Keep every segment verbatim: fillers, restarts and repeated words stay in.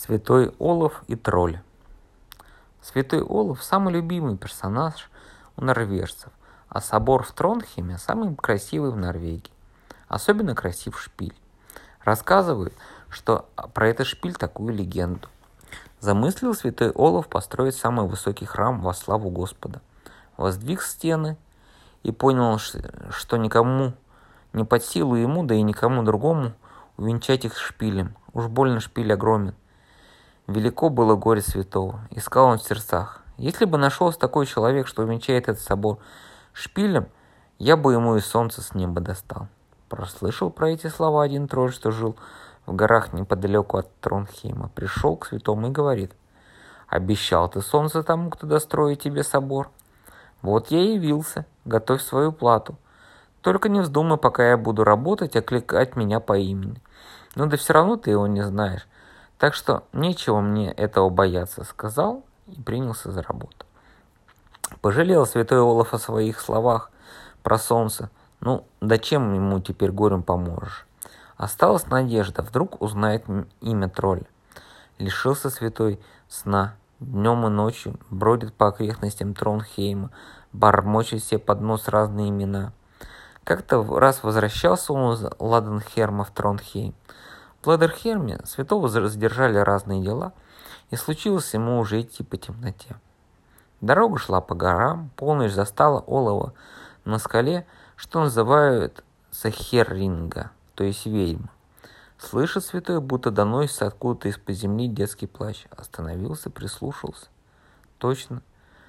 Святой Олаф и тролль. Святой Олаф – самый любимый персонаж у норвежцев, а собор в Тронхейме самый красивый в Норвегии. Особенно красив шпиль. Рассказывают, что про этот шпиль такую легенду. Замыслил святой Олаф построить самый высокий храм во славу Господа. Воздвиг стены и понял, что никому не под силу ему, да и никому другому увенчать их шпилем. Уж больно шпиль огромен. Велико было горе святого. Искал он в сердцах: если бы нашелся такой человек, что увенчает этот собор шпилем, я бы ему и солнце с неба достал. Прослышал про эти слова один тролль, что жил в горах неподалеку от Тронхейма. Пришел к святому и говорит: обещал ты солнце тому, кто достроит тебе собор. Вот я и явился, готовь свою плату. Только не вздумай, пока я буду работать, окликать меня по имени. Ну да все равно ты его не знаешь, так что нечего мне этого бояться, сказал и принялся за работу. Пожалел святой Олаф о своих словах про солнце. Ну, да чем ему теперь горем поможешь? Осталась надежда, вдруг узнает имя тролля. Лишился святой сна, днем и ночью бродит по окрестностям Тронхейма, бормочет себе под нос разные имена. Как-то раз возвращался он из Ладенхерма в Тронхейм. В Ладенхерме святого задержали разные дела, и случилось ему уже идти по темноте. Дорога шла по горам, полночь застала Олова на скале, что называют Сахерринга, то есть ведьма. Слышит святой, будто доносится откуда-то из-под земли детский плач. Остановился, прислушался. Точно.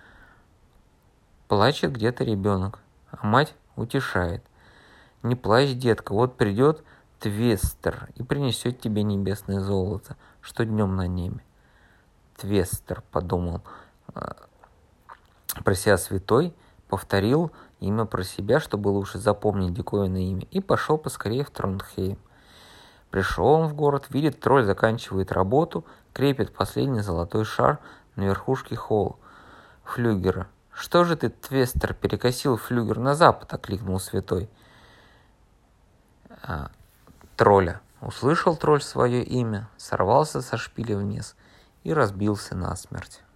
Плачет где-то ребенок, а мать утешает: не плачь, детка, вот придет Твестер и принесет тебе небесное золото, что днем на небе. Твестер, подумал про себя святой, повторил имя про себя, чтобы лучше запомнить диковинное имя, и пошел поскорее в Тронхейм. Пришел он в город, видит, тролль заканчивает работу, крепит последний золотой шар на верхушке холла флюгера. «Что же ты, Твестер, перекосил флюгер на запад?» — окликнул святой а, тролля. Услышал тролль свое имя, сорвался со шпиля вниз и разбился насмерть.